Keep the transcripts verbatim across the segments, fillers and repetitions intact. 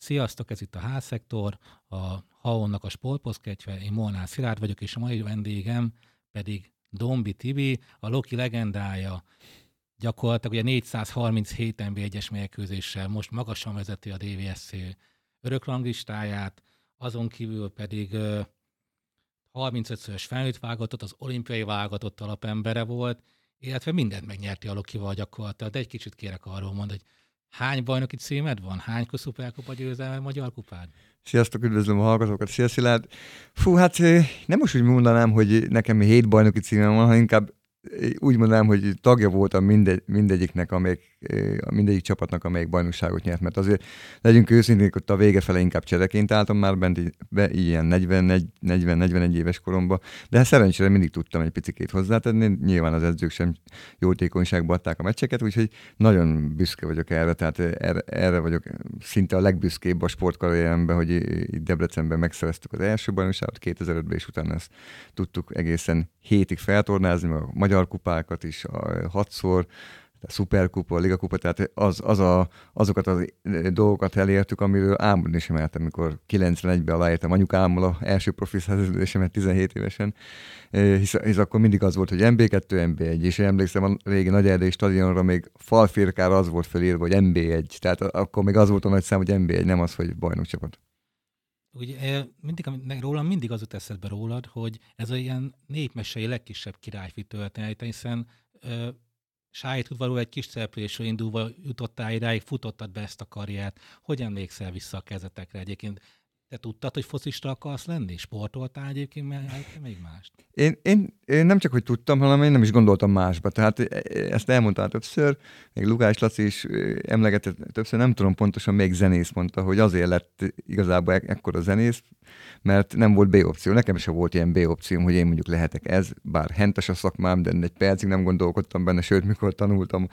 Sziasztok, ez itt a H-szektor, a há o-nak a sportpodcastje, én Molnár Szilárd vagyok, és a mai vendégem pedig Dombi Tibi, a Loki legendája. Gyakorlatilag ugye négyszázharminchét en bé egyes mérkőzéssel most magasan vezeti a dé vé es cé örökranglistáját, azon kívül pedig uh, harmincötszörös felnőtt válogatott, az olimpiai válogatott alapembere volt, illetve mindent megnyerti a Lokival gyakorlatilag, de egy kicsit kérek arról mondani, hogy hány bajnoki címed van? Hány szuperkupa győzelme, magyar kupád? Sziasztok, üdvözlöm a hallgatókat, szia Szilárd! Fú, hát nem most úgy mondanám, hogy nekem hét bajnoki címem van, hanem inkább úgy mondanám, hogy tagja voltam mindegy, mindegyiknek, amelyik, mindegyik csapatnak, amelyik bajnokságot nyert, mert azért legyünk őszinték, ott a vége fele inkább csereként álltam már bent be ilyen negyven-negyvenegy éves koromban, de hát szerencsére mindig tudtam egy picikét hozzátenni, nyilván az edzők sem jótékonyságba adták a meccseket, úgyhogy nagyon büszke vagyok erre, tehát erre, erre vagyok szinte a legbüszkébb a sportkarrieremben, hogy itt Debrecenben megszereztük az első bajnokságot kétezer-ötben, és utána ezt tudtuk egészen hétig feltornázni, a magyar kupákat is, a hatszor, a szuperkupa, a ligakupa, tehát az, az a, azokat a dolgokat elértük, amiről álmodni sem mertem, amikor kilencvenegyben aláírtam anyukámmal az első profi szerződésemet tizenhét évesen, hisz, hisz akkor mindig az volt, hogy en bé kettő, en bé egy, és én emlékszem a régi Nagyerdei stadionra még falfirkára az volt felírva, hogy en bé egy, tehát akkor még az volt a nagy szám, hogy en bé egy, nem az, hogy bajnokcsapat. Ugye mindig, rólam mindig az jut eszedbe rólad, hogy ez a ilyen népmesei legkisebb királyfi történet, hiszen ö, sájtudvarul egy kis szereplésről indulva jutottál idáig, futottad be ezt a karriert. Hogy emlékszel vissza a kezetekre egyébként? Te tudtad, hogy focista akarsz lenni? Sportoltál egyébként még mást? Én, én, én nem csak, hogy tudtam, hanem én nem is gondoltam másba. Tehát ezt elmondtál többször, még Lukács Laci is emlegetett többször, nem tudom pontosan, még zenész mondta, hogy azért lett igazából ekkora zenész, mert nem volt B-opció. Nekem sem volt ilyen B-opcióm, hogy én mondjuk lehetek ez, bár hentes a szakmám, de egy percig nem gondolkodtam benne, sőt, mikor tanultam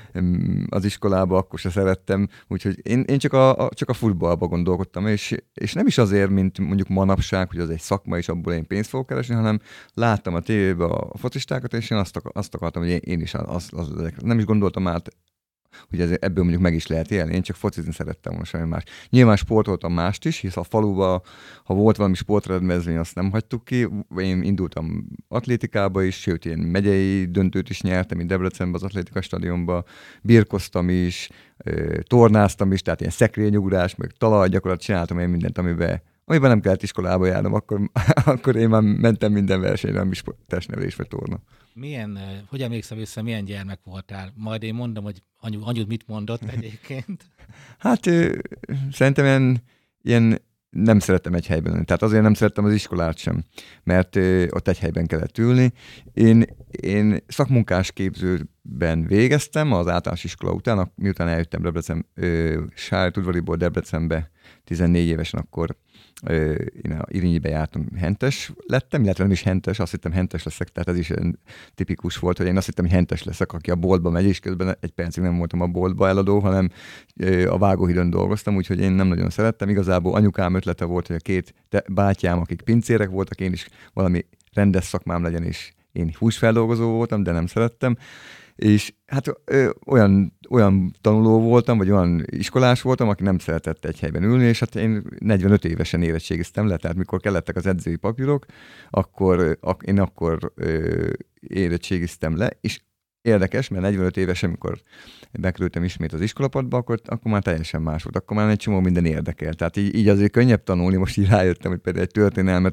az iskolába, akkor se szerettem. Úgyhogy én, én csak, a, csak a futballba gondolkodtam, és, és nem is azért, mint mondjuk manapság, hogy az egy szakma, és abból én pénzt fogok keresni, hanem láttam a tévébe a focistákat, és én azt, akar, azt akartam, hogy én, én is az, az, az, nem is gondoltam át, hogy ez, ebből mondjuk meg is lehet élni. Én csak focizni szerettem volna semmi más. Nyilván sportoltam mást is, hisz a faluba, ha volt valami sportrendezvény, azt nem hagytuk ki. Én indultam atlétikába is, sőt, én megyei döntőt is nyertem, itt Debrecenben az atlétika stadionba, birkoztam is, tornáztam is, tehát ilyen szekrényugrás, meg talaj gyakorlat csináltam én mindent, amiben amiben nem kellett iskolába járnom, akkor, akkor én már mentem minden versenyre, ami testnevelés vagy torna. Milyen, hogy emlékszem vissza, milyen gyermek voltál? Majd én mondom, hogy anyu, anyud mit mondott egyébként. Hát szerintem ilyen, ilyen nem szerettem egy helyben lenni. Tehát azért nem szerettem az iskolát sem, mert ott egy helyben kellett ülni. Én, én szakmunkás képzőben végeztem az általános iskola után, miután eljöttem Debrecen, Sájtudvariból Debrecenbe tizennégy évesen, akkor én a Irinyibe jártam, hentes lettem, illetve nem is hentes, azt hittem hentes leszek, tehát ez is tipikus volt, hogy én azt hittem, hogy hentes leszek, aki a boltba megy, és közben egy percig nem voltam a boltba eladó, hanem a Vágóhídon dolgoztam, úgyhogy én nem nagyon szerettem. Igazából anyukám ötlete volt, hogy a két bátyám, akik pincérek voltak, én is valami rendes szakmám legyen, és én húsfeldolgozó voltam, de nem szerettem. És hát ö, olyan, olyan tanuló voltam, vagy olyan iskolás voltam, aki nem szeretett egy helyben ülni, és hát én negyvenöt évesen érettségiztem le, tehát mikor kellettek az edzői papírok, akkor ak, én akkor ö, érettségiztem le, és érdekes, mert negyvenöt évesen, amikor bekerültem ismét az iskolapadba, akkor, akkor már teljesen más volt, akkor már egy csomó minden érdekel. Tehát így, így azért könnyebb tanulni, most így rájöttem, hogy például egy történelmet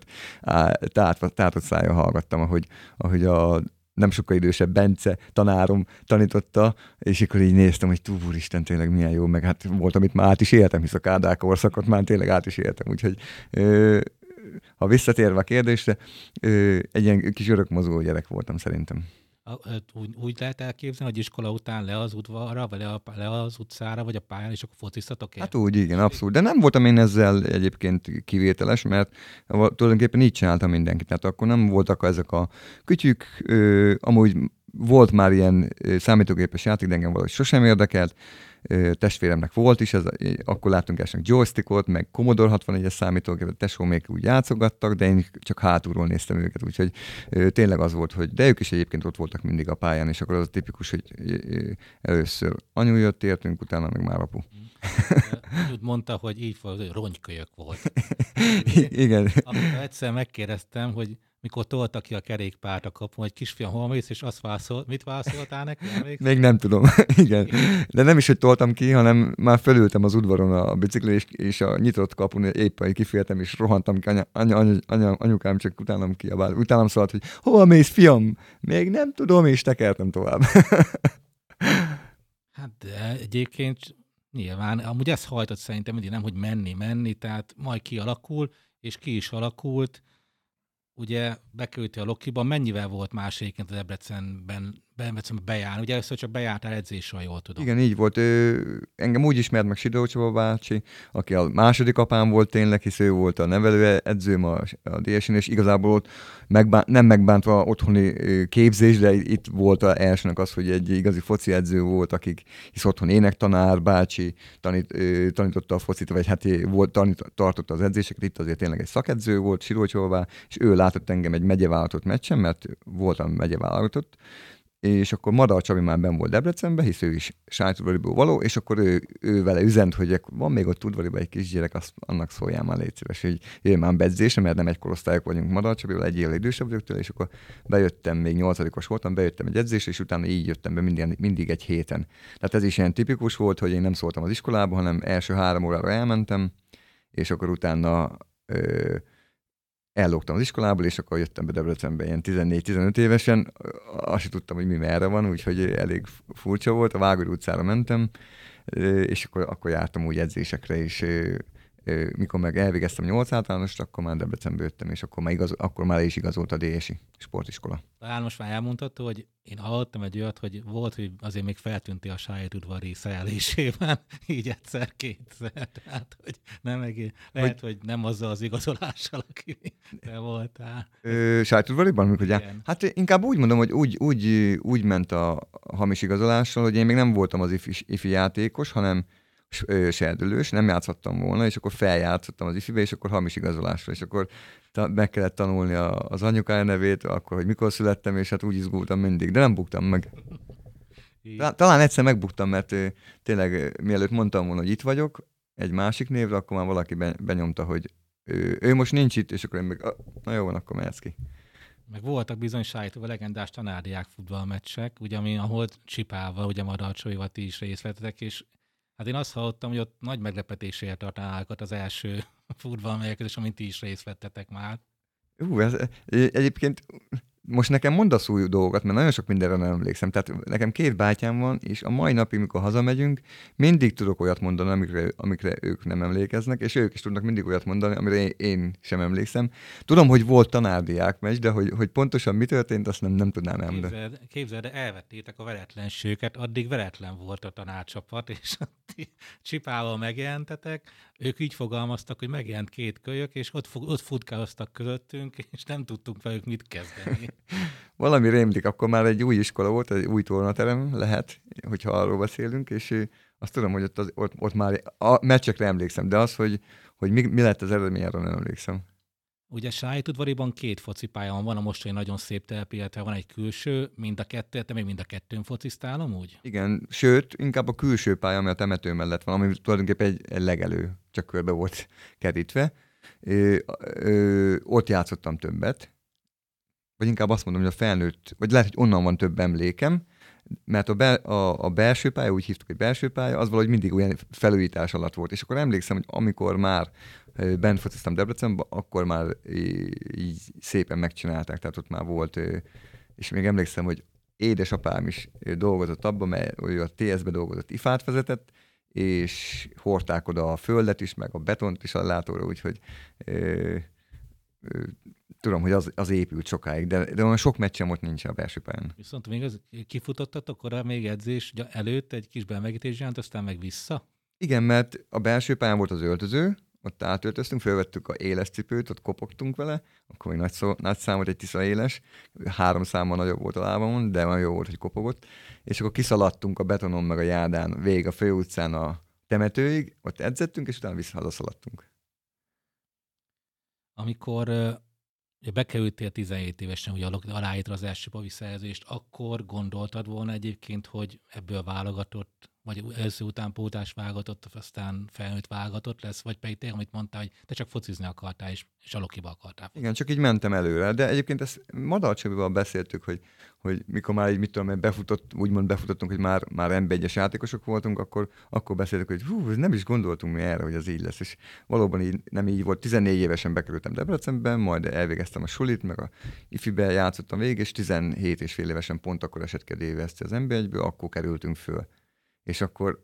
tátott szájjal hallgattam, ahogy, ahogy a nem sokkal idősebb Bence tanárom tanította, és akkor így néztem, hogy túl, úristen, tényleg milyen jó, meg hát volt, amit már át is éltem, hisz a Kádár korszakot már tényleg át is éltem, úgyhogy ö, ha visszatérve a kérdésre, ö, egy ilyen kis örökmozgó gyerek voltam szerintem. Úgy, úgy lehet elképzelni, hogy iskola után le az udvarra, vagy le, a, le az utcára, vagy a pályán, és akkor fociztatok el? Hát úgy, igen, abszolút. De nem voltam én ezzel egyébként kivételes, mert tulajdonképpen így csináltam mindenki. Tehát akkor nem voltak ezek a kütyük, ö, amúgy volt már ilyen számítógépes játék, de engem valahogy sosem érdekelt. Testvéremnek volt is, ez, akkor láttunk elsőnek joystickot, meg Commodore hatvannégyes számítógépet, tesómék úgy játszogattak, de én csak hátulról néztem őket, úgyhogy tényleg az volt, hogy de ők is egyébként ott voltak mindig a pályán, és akkor az a tipikus, hogy először anyu jött, értünk, utána meg már apu. Úgy mondta, hogy így volt, hogy rongykölyök volt. Igen. Amikor egyszer megkérdeztem, hogy mikor toltak ki a kerékpárt a kapun, hogy kisfiam, hol mész, és azt válaszolt, mit válaszoltál neki? Emlékszel? Még nem tudom, igen. De nem is, hogy toltam ki, hanem már fölültem az udvaron a bicikli, és, és a nyitott kapun éppen kiféltem, és rohantam ki, anya, anya, anya, anyukám csak utánam kiabált. Utánam szólt, hogy hol mész, fiam? Még nem tudom, és tekertem tovább. Hát de egyébként nyilván, amúgy ez hajtott szerintem mindig nem, hogy menni, menni, tehát majd kialakul, és ki is alakult. Ugye bekerültél a Lokiban, mennyivel volt más egyébként a Debrecenben, Debrecenben bejárni? Ugye először csak bejártál edzésre, jól tudom. Igen, így volt. Ő, engem úgy ismert meg Sidó Csaba bácsi, aki a második apám volt tényleg, hisz ő volt a nevelő edzőm a, a dé es-n, és igazából ott megbánt, nem megbántva otthoni képzés, de itt volt az elsőnek az, hogy egy igazi foci edző volt, akik, hisz otthon énektanár, bácsi tanít, tanította a focit, vagy hát volt, tanít, tartotta az edzéseket, itt azért tényleg egy szakedző volt, Sidó Csaba, és ő látott engem egy megyevállalatott meccsen, mert voltam megyevállalatott, és akkor Madar Csabi már benn volt Debrecenben, hisz ő is sájtudvariból való, és akkor ő, ő vele üzent, hogy van még ott udvariban egy kisgyerek, azt, annak szóljál már, légy szíves, hogy jöjjön már beedzésre, mert nem egy korosztályok vagyunk Madar Csabival, egy évvel idősebb vagyok tőle, és akkor bejöttem, még nyolcadikos voltam, bejöttem egy edzésre, és utána így jöttem be mindig, mindig egy héten. Tehát ez is ilyen tipikus volt, hogy én nem szóltam az iskolába, hanem első három órára elmentem, és akkor utána ö, ellógtam az iskolából, és akkor jöttem be Debrecenbe ilyen tizennégy-tizenöt évesen. Azt sem tudtam, hogy mi merre van, úgyhogy elég furcsa volt. A Vágori utcára mentem, és akkor, akkor jártam úgy edzésekre, és mikor meg elvégeztem nyolc általánost, akkor már Debrecenbe jöttem, és akkor már, igaz, akkor már is igazolt a dé es-i sportiskola. Talán most már elmondható, hogy én hallottam egy olyat, hogy volt, hogy azért még feltűnti a sájtudvari szerelésében, így egyszer-kétszer. Tehát, hogy nem egész, lehet, hogy, hogy nem azzal az igazolással, aki te voltál. Sájtudvariban? Amikor hát inkább úgy mondom, hogy úgy, úgy, úgy ment a hamis igazolással, hogy én még nem voltam az ifi, ifi játékos, hanem serdülős, nem játszhattam volna, és akkor feljátszottam az ifibe, és akkor hamis igazolásra, és akkor ta- meg kellett tanulni a, az anyukája nevét, akkor, hogy mikor születtem, és hát úgy izgultam mindig, de nem buktam meg. Talán egyszer megbuktam, mert tényleg mielőtt mondtam volna, hogy itt vagyok, egy másik névre, akkor már valaki benyomta, hogy ő, ő most nincs itt, és akkor én meg, na jó van, akkor mehetsz ki. Meg voltak bizony sájtóval legendás tanárdiák futballmeccsek, ugye, ami, ahol Csipával, ugye Madar Csabival ti is részt vettetek, és hát én azt hallottam, hogy ott nagy meglepetésért tartanákat az első futballmeccsek, és amint ti is részt vettetek már. Ú, ez, egyébként most nekem mondasz új dolgokat, mert nagyon sok mindenre nem emlékszem. Tehát nekem két bátyám van, és a mai napig, mikor hazamegyünk, mindig tudok olyat mondani, amikre, amikre ők nem emlékeznek, és ők is tudnak mindig olyat mondani, amire én, én sem emlékszem. Tudom, hogy volt tanárdiák meccs, de hogy, hogy pontosan mi történt, azt nem, nem tudnám elmondani. Képzeld, képzeld, de elvettétek a veretlenséget, addig veretlen volt a tanárcsapat, és Csipával megjelentetek, ők így fogalmaztak, hogy megjelent két kölyök, és ott, ott futkáloztak közöttünk, és nem tudtunk velük mit kezdeni. Valami rémlik, akkor már egy új iskola volt, egy új tornaterem lehet, hogyha arról beszélünk, és azt tudom, hogy ott, az, ott, ott már a meccsekre emlékszem, de az, hogy, hogy mi, mi lett az eredmény, arra nem emlékszem. Ugye Sájtudvariban két focipálya van, a mostani nagyon szép telep, illetve van egy külső, mind a kettő, te még mind a kettőn fociztál amúgy? Igen, sőt, inkább a külső pálya, ami a temető mellett van, ami tulajdonképpen egy, egy legelő, csak körbe volt kerítve. Ö, ö, ott játszottam többet, vagy inkább azt mondom, hogy a felnőtt, vagy lehet, hogy onnan van több emlékem, mert a, be, a, a belső pálya, úgy hívtuk, hogy belső pálya, az valahogy mindig olyan felújítás alatt volt. És akkor emlékszem, hogy amikor már bent fociztam Debrecenben, akkor már így szépen megcsinálták, tehát ott már volt, és még emlékszem, hogy édesapám is dolgozott abban, mert ő a té es-be dolgozott, ifát vezetett, és hordták oda a földet is, meg a betont is a látóra, úgyhogy ö, ö, tudom, hogy az, az épült sokáig, de, de olyan sok meccsem ott nincs a belső pályán. Viszont még az, kifutottatok oda még edzés előtt egy kis bemelegítés jelent, aztán meg vissza? Igen, mert a belső pályán volt az öltöző, ott átöltöztünk, felvettük a éles cipőt, ott kopogtunk vele, akkor még nagy, szó, nagy szám volt egy Tisza éles, három számmal nagyobb volt a lábamon, de olyan jó volt, hogy kopogott, és akkor kiszaladtunk a betonon meg a jádán, végig a főutcán a temetőig, ott edzettünk, és utána visszahazaszaladtunk. Amikor uh, bekerültél tizenhét évesen, ugye aláírtad az első visszajelzést, akkor gondoltad volna egyébként, hogy ebből válogatott, vagy első utánpótlás válogatott, aztán felnőtt válogatott lesz, vagy pedig te, amit mondtál, hogy te csak focizni akartál, és, és a Lokiba akartál. Igen, csak így mentem előre, de egyébként ezt Madar Csabival beszéltük, hogy, hogy mikor már így, mit tudom, befutott, úgymond befutottunk, hogy már, már em bé egyes játékosok voltunk, akkor, akkor beszéltük, hogy hú, nem is gondoltunk mi erre, hogy az így lesz, és valóban így, nem így volt. tizennégy évesen bekerültem Debrecenben, majd elvégeztem a sulit, meg a ifibe játszottam végig, és tizenhét és fél évesen pont akkor esett ki a dé vé es cé az em bé egyből, akkor kerültünk föl. És akkor,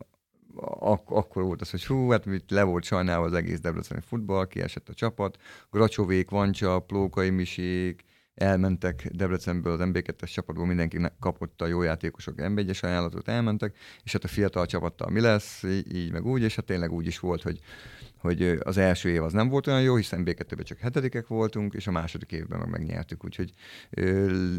ak- akkor volt az, hogy hú, hát le volt sajnálva az egész debreceni futball, kiesett a csapat, Gracsovék, Vancsa, Plókai Misék, elmentek Debrecenből az em bé kettes csapatból, mindenki kapott a jó játékosok em bé egyes ajánlatot, elmentek, és hát a fiatal csapattal mi lesz, így, így meg úgy, és hát tényleg úgy is volt, hogy, hogy az első év az nem volt olyan jó, hiszen bé kettőben csak hetedikek voltunk, és a második évben meg megnyertük, úgyhogy ö,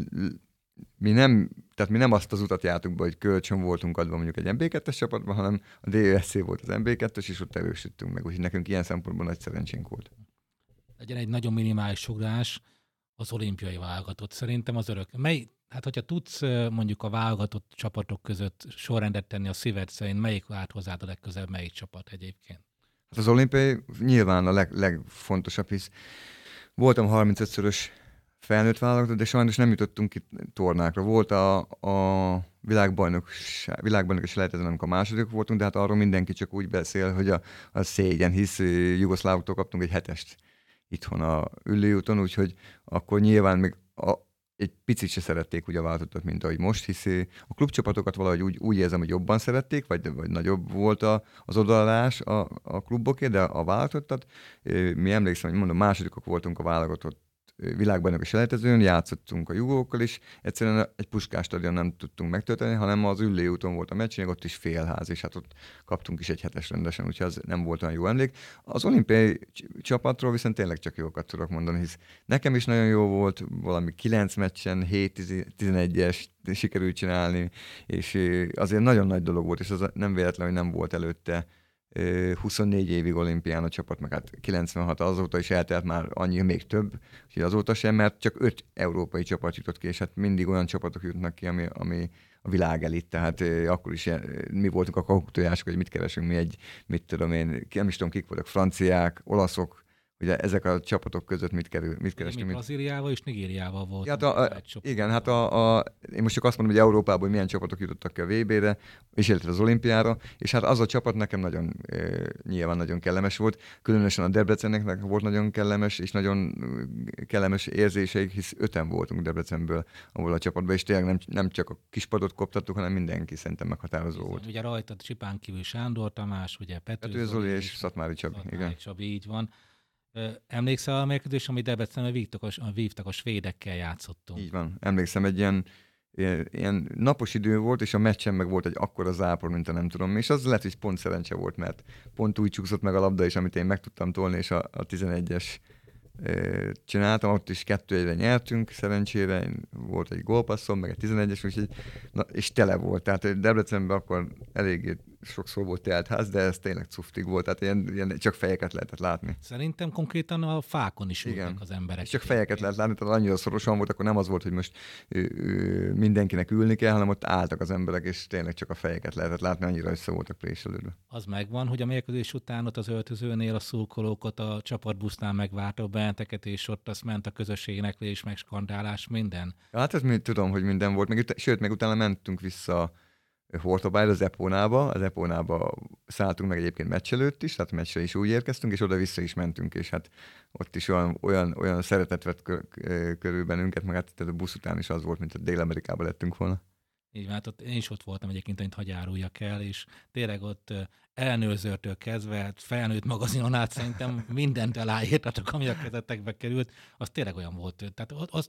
mi nem, tehát mi nem azt az utat jártunk be, hogy kölcsön voltunk adva mondjuk egy em bé kettes csapatban, hanem a dé vé es cé volt az em bé kettes, és ott erősödtünk meg, úgyhogy nekünk ilyen szempontból nagy szerencsénk volt. Legyen egy nagyon minimális ugrás az olimpiai válogatott. Szerintem az örök. Mely, hát hogyha tudsz mondjuk a válogatott csapatok között sorrendet tenni a szíved szerint, melyik vált hozzád a legközelebb, melyik csapat egyébként? Hát az olimpiai nyilván a leg, legfontosabb, hisz voltam harmincötszörös felnőtt válogatott, de sajnos nem jutottunk ki tornákra. Volt a, a világbajnok, világbajnok is lehet, amikor a második voltunk, de hát arról mindenki csak úgy beszél, hogy a, a szégyen, hisz jugoszlávoktól kaptunk egy hetest itthon a Üllőúton, úgyhogy akkor nyilván még a, egy picit se szerették úgy a válogatottat, mint ahogy most, hisz a klubcsapatokat valahogy úgy, úgy érzem, hogy jobban szerették, vagy, vagy nagyobb volt a, az odaadás a, a kluboké, de a válogatottat, mi emlékszem, hogy mondom, másodikok voltunk a válogatott világbajnoki selejtezőn, játszottunk a jugókkal is, egyszerűen egy Puskás stadion nem tudtunk megtölteni, hanem az Üllői úton volt a meccs, ott is félház, és hát ott kaptunk is egy hetes rendesen, úgyhogy az nem volt olyan jó emlék. Az olimpiai csapatról viszont tényleg csak jókat tudok mondani, hisz nekem is nagyon jó volt, valami kilenc meccsen, hét tizenegyes sikerült csinálni, és azért nagyon nagy dolog volt, és az nem véletlen, hogy nem volt előtte huszonnégy évig olimpián a csapat, meg hát kilencvenhat azóta is eltelt már annyi, még több, úgyhogy azóta sem, mert csak öt európai csapat jutott ki, és hát mindig olyan csapatok jutnak ki, ami, ami a világ elit, tehát eh, akkor is mi voltunk a kakuktojások, hogy mit keresünk mi egy, mit tudom én, nem is tudom, kik voltak, franciák, olaszok, ugye ezek a csapatok között mit, kerül, mit keresünk. Mi Brazíliával és Nigériával volt. Hát a, a, igen, hát a, a, én most csak azt mondom, hogy Európából milyen csapatok jutottak ki a vé bé-re, és illetve az olimpiára, és hát az a csapat nekem nagyon, e, nyilván nagyon kellemes volt, különösen a Debrecennek volt nagyon kellemes, és nagyon kellemes érzéseik, hisz öten voltunk Debrecenből ahol a csapatban, és tényleg nem, nem csak a kispadot koptattuk, hanem mindenki szerintem meghatározó igen, volt. Ugye rajtad Csipán kívül Sándor Tamás, ugye Pető, Pető Zoli és Szatmári Csabi. Szatmári Igen. Csabi, így van. Emlékszel a mérkőzés, amit Debrecenben vívtak a, vívtak a svédekkel játszottunk? Így van. Emlékszem, egy ilyen, ilyen, ilyen napos idő volt, és a meccsen meg volt egy akkora zápor, mint a nem tudom, és az lehet, hogy pont szerencse volt, mert pont úgy csúszott meg a labda, és amit én meg tudtam tolni, és a, a tizenegyes e, csináltam, ott is kettő egyre nyertünk, szerencsére volt egy gólpasszom, meg egy tizenegyes, úgyhogy, na, és tele volt. Tehát Debrecenben akkor eléggé sokszor volt teltház, de ez tényleg cuftig volt, tehát ilyen, ilyen csak fejeket lehetett látni. Szerintem konkrétan a fákon is ültek az emberek. És csak fejeket lehet látni, tehát annyira szorosan volt, akkor nem az volt, hogy most ő, ő, mindenkinek ülni kell, hanem ott álltak az emberek, és tényleg csak a fejeket lehetett látni, annyira össze voltak préselődve. Az megvan, hogy a mérkőzés után ott az öltözőnél a szurkolókat a csapatbusznál megvártak benneteket, és ott azt ment a közös éneklés, meg skandálás, minden. Ja, hát ez mind, tudom, hogy minden volt, meg, sőt, meg utána mentünk vissza Hortobágyra, az Epónába, az Epónába szálltunk meg egyébként meccs előtt is, tehát meccsre is úgy érkeztünk, és oda-vissza is mentünk, és hát ott is olyan, olyan, olyan szeretet vett körül bennünket, meg hát a busz után is az volt, mint a Dél-Amerikában lettünk volna. Így hát ott én is ott voltam egyébként, amit hagyáruljak el, és tényleg ott ellenőrzőtől kezdve, felnőtt magazinon át szerintem mindent eláírtatok, ami a kezetekbe került, az tényleg olyan volt. Tehát az,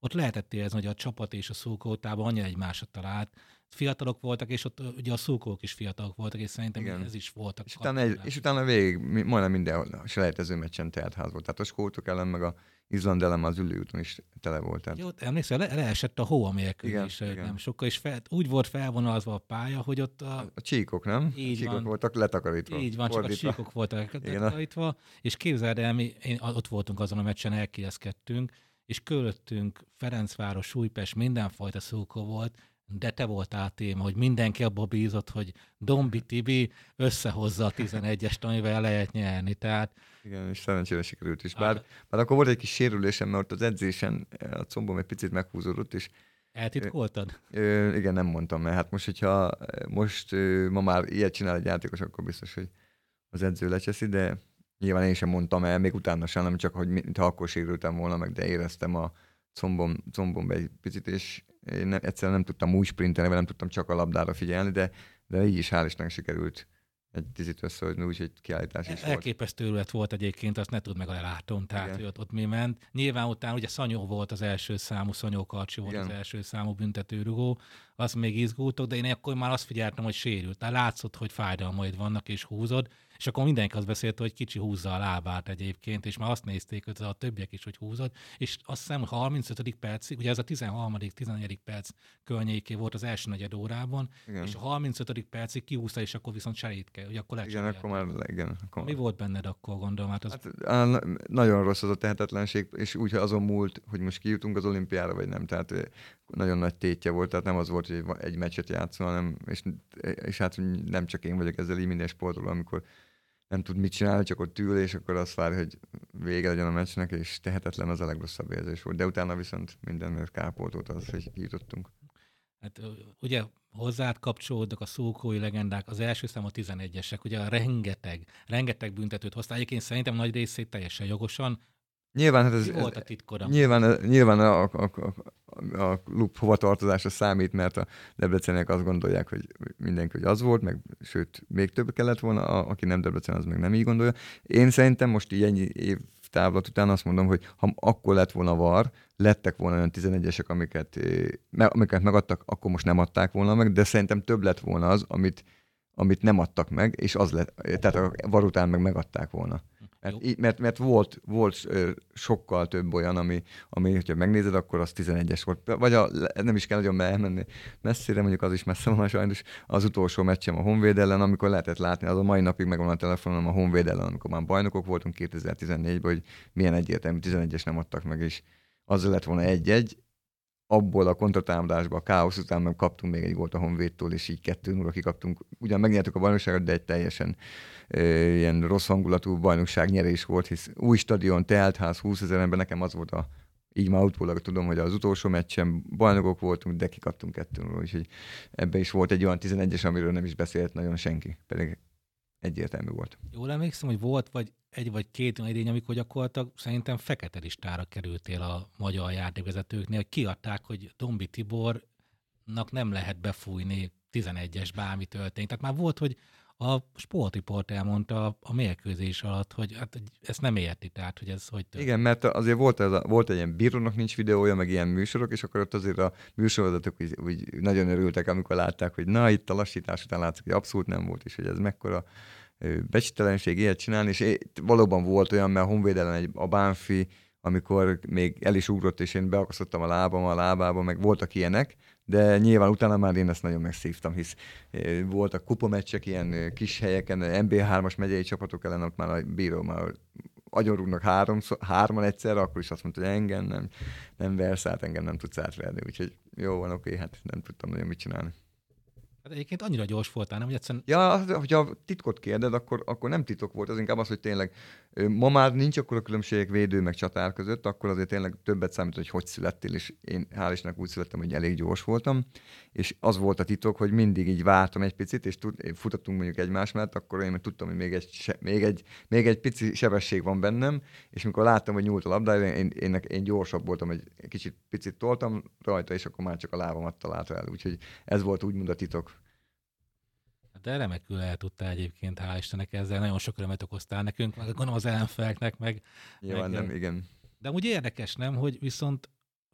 ott lehetett érezni, hogy a csapat és a szurkolótában annyira egymásra talált. Fiatalok voltak, és ott ugye a szurkolók is fiatalok voltak, és szerintem Igen. ez is voltak. És utána, egy, és utána végig, majdnem minden selejtező meccsen teltház volt. Tehát a skótok ellen, meg a Izland ellen az ülőúton is tele volt. Tehát... Jó, emlékszel, le, leesett a hó a mérkőzés igen, nem sokkal, és fel, úgy volt felvonalazva a pálya, hogy ott a... A, a csíkok, nem? Így a csíkok van. voltak letakarítva. Így van, fordítva. Csak a csíkok voltak letakarítva, és képzeld el, mi én, ott voltunk azon a meccsen, elkézkedtünk, és körülöttünk Ferencváros, Újpest, mindenfajta szurkoló volt, de te voltál téma, hogy mindenki abba bízott, hogy Dombi Tibi összehozza a tizenegyest, amivel lehet nyerni. Tehát... Igen, és szerencsére sikerült is. Bár, bár akkor volt egy kis sérülésem, mert ott az edzésen a combom egy picit meghúzódott, és eltitkoltad? Ö, ö, igen, nem mondtam, mert hát most, hogyha most ö, ma már ilyet csinál egy játékos, akkor biztos, hogy az edző lecseszi, de nyilván én sem mondtam el, még utána sem, nem csak, hogy mintha akkor sérültem volna meg, de éreztem a combom, combom egy picit, és én nem, egyszerűen nem tudtam úgy sprintelni, vagy nem tudtam csak a labdára figyelni, de, de így is hál' Istennek sikerült egy picit összehozni, úgyhogy kiállítás is volt. Elképesztő őrület volt egyébként, azt ne tudd meg a lelátom, tehát hogy ott, ott mi ment. Nyilván utána ugye Szanyó volt az első számú, Szanyó Karcsi volt igen. az első számú büntetőrugó, azt még izgultok, de én akkor már azt figyeltem, hogy sérült. Tehát látszott, hogy fájdalmaid vannak és húzod, és akkor mindenki azt beszélt, hogy kicsi húzza a lábát egyébként, és már azt nézték, hogy a többiek is, hogy húzod, és azt hiszem, hogy harmincötödik percig, ugye ez a tizenharmadik tizenegyedik perc környéké volt az első negyed órában, igen. és a harmincötödik percig kihúzta, és akkor viszont cserét kell, hogy akkor igen, akkor már, igen, akkor Mi volt benned akkor, gondolom? Hát, az... hát á, nagyon rossz az a tehetetlenség, és úgy, ha azon múlt, hogy most kijutunk az olimpiára, vagy nem, tehát nagyon nagy tétje volt, tehát nem az volt, hogy egy meccset játszol, hanem, és, és hát nem csak én vagyok ezzel így minden sportoló, amikor nem tud mit csinálni, csak ott ül, és akkor azt várja, hogy vége legyen a meccsnek, és tehetetlen az a legrosszabb érzés volt. De utána viszont minden kárpótolt az, hogy kijutottunk. Hát ugye hozzád kapcsolódnak a szurkolói legendák, az első szám a tizenegyesek, ugye a rengeteg, rengeteg büntetőt hoztál. Egyébként szerintem nagy részét teljesen jogosan. Nyilván, hát ez, Mi volt a titkod? Nyilván, nyilván a, a, a, a, a klub hovatartozása számít, mert a debreceniek azt gondolják, hogy mindenki hogy az volt, meg sőt, még több kellett volna, a, aki nem Debrecen, az meg nem így gondolja. Én szerintem most így ennyi év távlat után azt mondom, hogy ha akkor lett volna var, lettek volna olyan tizenegyesek, amiket, amiket megadtak, akkor most nem adták volna meg, de szerintem több lett volna az, amit, amit nem adtak meg, és az lett, tehát a var után meg megadták volna. Mert, mert, mert volt, volt ö, sokkal több olyan, ami, ami, hogyha megnézed, akkor az tizenegyes volt. Vagy a, nem is kell nagyon elmenni messzire, mondjuk az is messze van sajnos, az utolsó meccsem a Honvéd ellen, amikor lehetett látni, az a mai napig megvan a telefonon a Honvéd ellen, amikor már bajnokok voltunk kétezer-tizennégyben, hogy milyen egyértelmű tizenegyes nem adtak meg, és az lett volna egy-egy, abból a kontratámadásból, a káosz után meg kaptunk még egy gólt a Honvédtól, és így kettő nulla kikaptunk. Ugyan megnyertük a bajnokságot, de egy teljesen e, ilyen rossz hangulatú bajnokság nyerés volt, hisz új stadion, teltház, húszezer ember, nekem az volt a, így már utólag tudom, hogy az utolsó meccsen bajnokok voltunk, de kikaptunk kettő nulla, úgyhogy ebbe is volt egy olyan tizenegyes, amiről nem is beszélt nagyon senki, pedig egyértelmű volt. Jól emlékszem, hogy volt vagy egy vagy két olyan idény, amikor gyakorlatilag szerintem fekete listára kerültél a magyar játékvezetőknél, hogy kiadták, hogy Dombi Tibornak nem lehet befújni tizenegyes bármi történt. Tehát már volt, hogy a sportriport elmondta a mérkőzés alatt, hogy hát ezt nem érti, tehát hogy ez hogy történt. Igen, mert azért volt, ez a, volt egy ilyen bírónak nincs videója, meg ilyen műsorok, és akkor ott azért a műsorvezetők úgy, úgy nagyon örültek, amikor látták, hogy na, itt a lassítás után látszik, hogy abszolút nem volt, és hogy ez mekkora becstelenség ilyet csinálni, és valóban volt olyan, mert a Honvéd ellen egy, a Bánfi, amikor még el is ugrott, és én beakasztottam a lábam a lábába, meg voltak ilyenek, de nyilván utána már én ezt nagyon megszívtam, hisz voltak kupameccsek ilyen kis helyeken, em bé hármas megyei csapatok ellen, ott már a bíró már agyonrúgnak három, hárman egyszerre, akkor is azt mondta, hogy engem nem, nem versz át, engem nem tudsz átverni, úgyhogy jó van, oké, hát nem tudtam nagyon mit csinálni. Hát egyébként annyira gyors voltál, nem? Hogy egyszerűen... Ja, hogyha titkot kérded, akkor, akkor nem titok volt, az inkább az, hogy tényleg ma már nincs akkor a különbségek védő meg csatár között, akkor azért tényleg többet számít, hogy hogy születtél, és én hál' Istennek úgy születtem, hogy elég gyors voltam, és az volt a titok, hogy mindig így vártam egy picit, és tud, futottunk mondjuk egymás mellett, akkor én tudtam, hogy még egy, még, egy, még egy pici sebesség van bennem, és mikor láttam, hogy nyúlt a labdára, én, én, én gyorsabb voltam, egy kicsit picit toltam rajta, és akkor már csak a lábamat találta el, úgyhogy ez volt úgymond a titok. De remekül el tudtál egyébként, hál' Istennek, ezzel nagyon sok örömet okoztál nekünk, meg gondolom az ellenfeleknek, meg... Nyilván meg, nem, igen. De úgy érdekes, nem, hogy viszont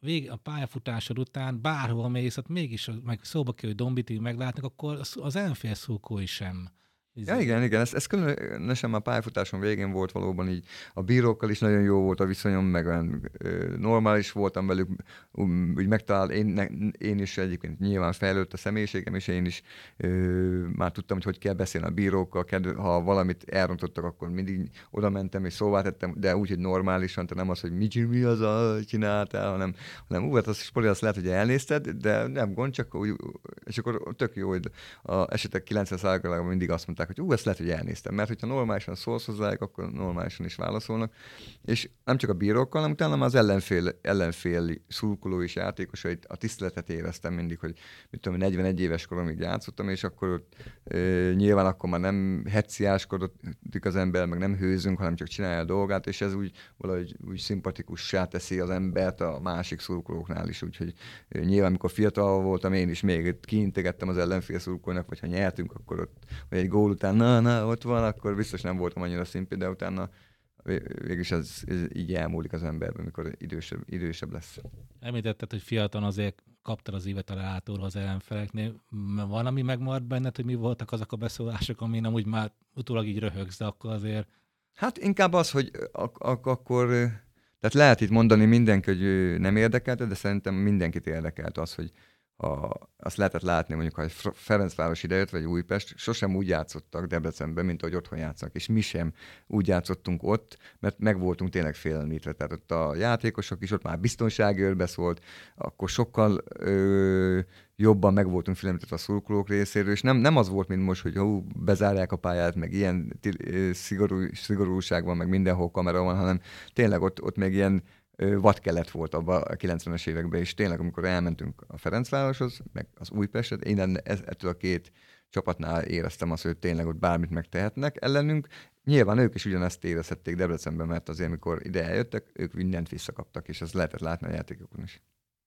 vég, a pályafutásod után bárhol mész, ott mégis meg szóba kell, hogy Dombitit meglátnak, akkor az, az ellenfél szurkolói sem. Ja, igen, igen, ez, ez különösen már pályafutáson végén volt valóban így. A bírókkal is nagyon jó volt a viszonyom, meg olyan ö, normális voltam velük, um, úgy megtalál, én, ne, én is egyébként nyilván fejlődött a személyiségem, és én is ö, már tudtam, hogy hogy kell beszélni a bírókkal, kedv, ha valamit elrontottak, akkor mindig oda mentem és szóvá tettem, de úgy, hogy normálisan, tehát nem az, hogy mi, mi az a csináltál, hanem, hanem ú, hát az Spori, azt lehet, hogy elnézted, de nem gond, csak úgy, és akkor tök jó, hogy a esetek kilencven százalékában mindig azt mondták, hogy ú, ezt lehet, hogy elnéztem, mert hogyha normálisan szólsz hozzájuk, akkor normálisan is válaszolnak. És nem csak a bírókkal, hanem utána már az ellenfél, ellenfél szurkoló és játékosait, a tiszteletet éreztem mindig, hogy mit tudom, negyvenegy éves koromig játszottam, és akkor e, nyilván akkor már nem heciáskodik az ember, meg nem hőzünk, hanem csak csinálja a dolgát, és ez úgy valahogy úgy szimpatikussá teszi az embert a másik szurkolóknál is, úgyhogy e, nyilván, amikor fiatal voltam, én is még kiintegettem az ellenfél szurkolónak, vagy ha nyertünk, akkor ott, vagy egy gól után, na, na, ott van, akkor biztos nem voltam annyira szimpi, de utána végülis ez, ez így elmúlik az emberben, amikor idősebb, idősebb lesz. Említetted, hogy fiatalon azért kaptad az ívet a leálltóról az ellenfeleknél. Van, ami megmaradt benned, hogy mi voltak azok a beszólások, amin amúgy már utólag így röhögsz, de akkor azért... Hát inkább az, hogy ak- ak- akkor... Tehát lehet itt mondani mindenki, hogy nem érdekelte, de szerintem mindenkit érdekelt az, hogy A, azt lehetett látni, mondjuk, ha egy Ferencváros idejött, vagy Újpest, sosem úgy játszottak Debrecenben, mint ahogy otthon játszanak. És mi sem úgy játszottunk ott, mert meg voltunk tényleg félemlítve. Tehát ott a játékosok is, ott már biztonsági őrbe szólt, akkor sokkal ö, jobban meg voltunk félemlítve a szurkolók részéről, és nem, nem az volt, mint most, hogy hú, bezárják a pályát, meg ilyen szigorú, szigorúság van, meg mindenhol kamera van, hanem tényleg ott, ott még ilyen vadkelet volt abban a kilencvenes években, és tényleg, amikor elmentünk a Ferencvároshoz, meg az Újpestet, én ettől a két csapatnál éreztem azt, hogy tényleg ott bármit megtehetnek ellenünk. Nyilván ők is ugyanezt érezhették Debrecenben, mert azért, amikor ide eljöttek, ők mindent visszakaptak, és ezt lehetett látni a játékokon is.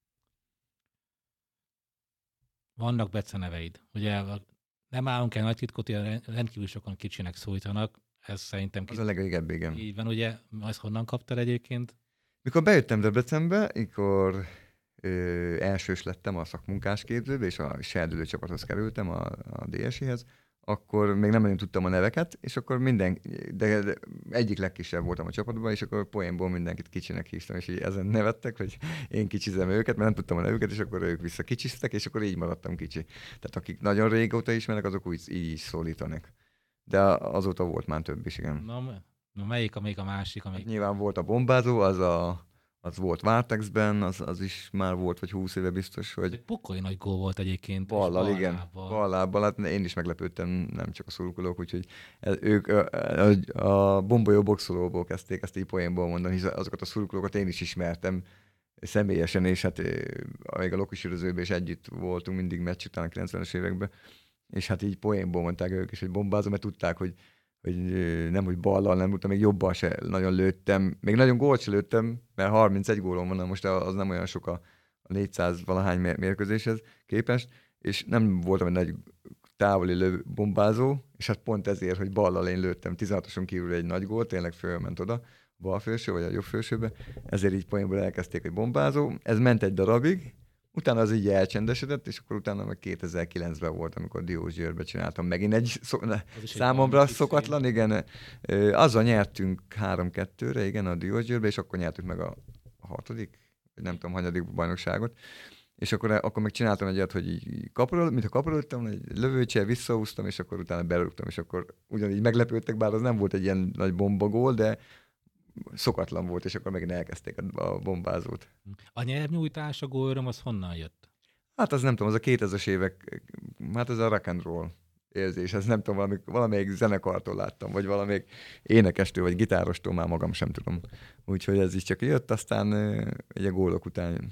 Vannak beceneveid. Ugye nem állunk el nagy titkot, hogy rendkívül sokan kicsinek szólítanak. Ez szerintem... Az a legrégebbi, igen. Így van, ugye? Azt honnan kaptad egyébként? Mikor bejöttem Debrecenbe, mikor ö, elsős lettem a szakmunkásképzőbe, és a serdülő csapathoz kerültem, a, a dé es i-hez, akkor még nem nagyon tudtam a neveket, és akkor minden, de, de egyik legkisebb voltam a csapatban, és akkor poénból mindenkit kicsinek hívtam, és így ezen nevettek, hogy én kicsizem őket, mert nem tudtam a nevüket, és akkor ők vissza kicsiztek, és akkor így maradtam kicsi. Tehát akik nagyon régóta ismernek, azok úgy így is szólítanak. De azóta volt már több is, igen. Na, na melyik a még a másik? Amelyik... Hát nyilván volt a bombázó, az a az volt Vártexben, az, az is már volt, vagy húsz éve biztos, hogy... Egy pokoly nagy gól volt egyébként. Ballal, igen. Ballábbal, hát én is meglepődtem, nem csak a szurkolók, úgyhogy ez, ők a, a, a bombolyó boxolóból kezdték ezt így poénból mondani, hisz azokat a szurkolókat én is ismertem személyesen, és hát még a Lokisürözőben is együtt voltunk mindig meccs után a kilencvenes években, és hát így poénból mondták ők is, hogy bombázom, mert tudták, hogy hogy nem, hogy ballal, nem tudtam, még jobban se nagyon lőttem. Még nagyon gólt se lőttem, mert harmincegy gólom van, most az nem olyan sok a négyszáz valahány mérkőzéshez képest, és nem voltam egy nagy távoli lő bombázó, és hát pont ezért, hogy ballal én lőttem tizenhatoson kívül egy nagy gólt, tényleg fölment oda, bal felső vagy a jobb felsőbe, ezért így poénból elkezdték, hogy bombázó. Ez ment egy darabig, utána az így elcsendesedett, és akkor utána meg kétezer-kilencben volt, amikor Diósgyőrbe csináltam megint egy szó, számomra egy szokatlan, igen. Azzal nyertünk három-kettőre, igen, a Diósgyőrbe, és akkor nyertük meg a hatodik, vagy nem tudom, hanyadik bajnokságot. És akkor, akkor meg csináltam egyet, hogy így kaparol, mint ha kaparoltam, egy lövőcsel visszahúztam, és akkor utána berúgtam, és akkor ugyanígy meglepődtek, bár az nem volt egy ilyen nagy bombagól, de szokatlan volt, és akkor megint elkezdték a bombázót. A nyelvnyújtás, a gólöröm, az honnan jött? Hát az nem tudom, az a kétezres évek, hát ez a rock and roll érzés, ez nem tudom, valami, valamelyik zenekartól láttam, vagy valamelyik énekestől, vagy gitárostól, már magam sem tudom. Úgyhogy ez is csak jött, aztán egy a gólok után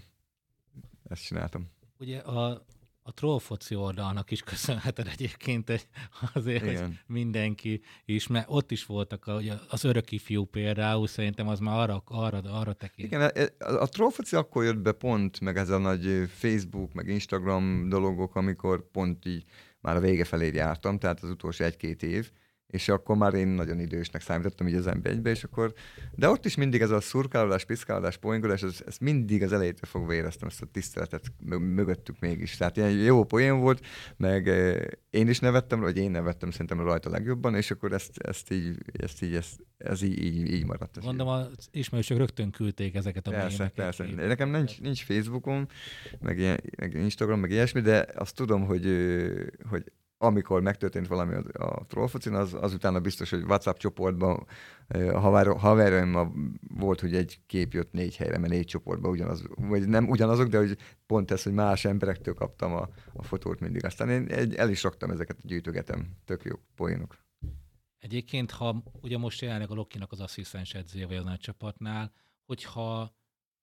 ezt csináltam. Ugye a A trollfoci oldalnak is köszönheted egyébként azért, igen, hogy mindenki is, mert ott is voltak a, az örök ifjú például, szerintem az már arra, arra, arra tekint. Igen, a, a trollfoci akkor jött be pont, meg ez a nagy Facebook, meg Instagram dologok, amikor pont így már a vége felé jártam, tehát az utolsó egy-két év, és akkor már én nagyon idősnek számítottam így az em bé egybe, és akkor, de ott is mindig ez a szurkálódás, piszkálódás, poénkodás, ez, ez mindig az elejétől fogva éreztem ezt a tiszteletet mögöttük mégis. Tehát ilyen jó poén volt, meg én is nevettem, vagy én nevettem szerintem rajta legjobban, és akkor ezt, ezt így, ezt így, ezt, ez így, így, így maradt. Mondom, az ismerősök rögtön küldték ezeket a persze, persze. Nekem nincs, nincs Facebookom, meg, ilyen, meg Instagram, meg ilyesmi, de azt tudom, hogy, hogy amikor megtörtént valami a, a trollfocin, az, az utána biztos, hogy WhatsApp csoportban a haverjaimmal volt, hogy egy kép jött négy helyre, mert négy csoportban ugyanaz, vagy nem ugyanazok, de hogy pont ez, hogy más emberektől kaptam a, a fotót mindig. Aztán én egy, el is raktam ezeket, gyűjtögetem. Tök jó poénok. Egyébként, ha ugye most jelenleg a Lokinak az asszisztens edzője vagy a nagy csapatnál, hogyha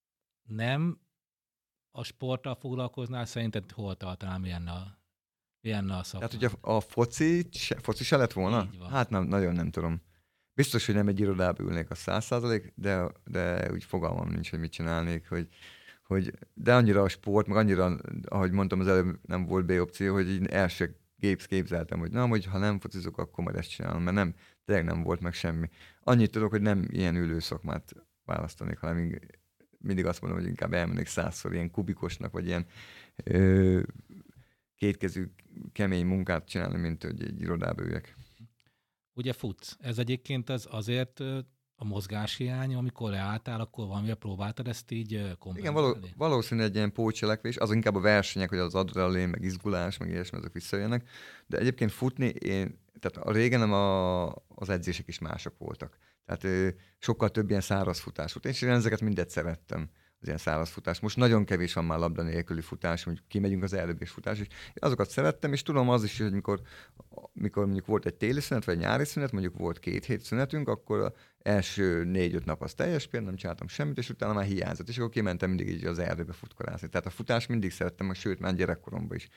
nem a sporttal foglalkoznál, szerinted hol tartanál, milyen a Ilyen a szakma. Tehát ugye a foci, foci se lett volna? Hát nem, nagyon nem tudom. Biztos, hogy nem egy irodába ülnék a száz százalék, de, de úgy fogalmam nincs, hogy mit csinálnék, hogy, hogy de annyira a sport, meg annyira, ahogy mondtam, az előbb nem volt B-opció, hogy így el se gép, képzeltem, hogy na, hogy ha nem focizok, akkor majd ezt csinálom, mert nem, tényleg nem volt meg semmi. Annyit tudok, hogy nem ilyen ülő szakmát választanék, hanem mindig azt mondom, hogy inkább elmennék százszor ilyen kubikosnak, vagy ilyen ö, kétkezű kemény munkát csinálni, mint hogy egy irodába üljek. Ugye futsz. Ez egyébként az azért a mozgáshiány, amikor leálltál, akkor valamivel próbáltad ezt így kompenzálni? Igen, való, valószínűleg egy ilyen pótcselekvés, az inkább a versenyek, hogy az adrenalin, meg izgulás, meg ilyesmi, azok visszajönnek. De egyébként futni, én, tehát a régen a, az edzések is mások voltak. Tehát ö, sokkal több ilyen száraz futás volt. És én ezeket mindet szerettem, az ilyen száraz futás. Most nagyon kevés van már labda nélküli futás, hogy kimegyünk az erdőbe és futás, és azokat szerettem, és tudom az is, hogy mikor, mikor mondjuk volt egy téli szünet, vagy egy nyári szünet, mondjuk volt két hét szünetünk, akkor az első négy-öt nap az teljes, például nem csináltam semmit, és utána már hiányzott, és akkor kimentem mindig így az erdőbe futkorászni. Tehát a futás mindig szerettem, sőt, már gyerekkoromban is.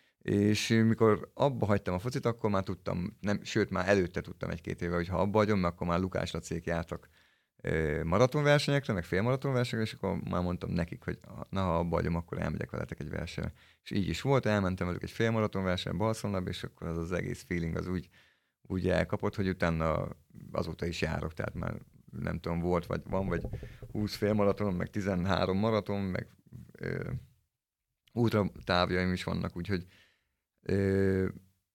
És mikor abba hagytam a focit, akkor már tudtam, nem, sőt, már előtte tudtam egy-két éve, hogy ha abba hagyom, akkor már Lukás Lacék jártak maratonversenyekre, meg félmaratonversenyekre, és akkor már mondtam nekik, hogy na, ha abba hagyom, akkor elmegyek veletek egy versenyre. És így is volt, elmentem velük egy félmaratonversenyre Balszonlába, és akkor az az egész feeling az úgy, úgy elkapott, hogy utána azóta is járok, tehát már nem tudom, volt, vagy van, vagy húsz félmaraton, meg tizenhárom maraton, meg ö, ultra távjaim is vannak, úgyhogy ö,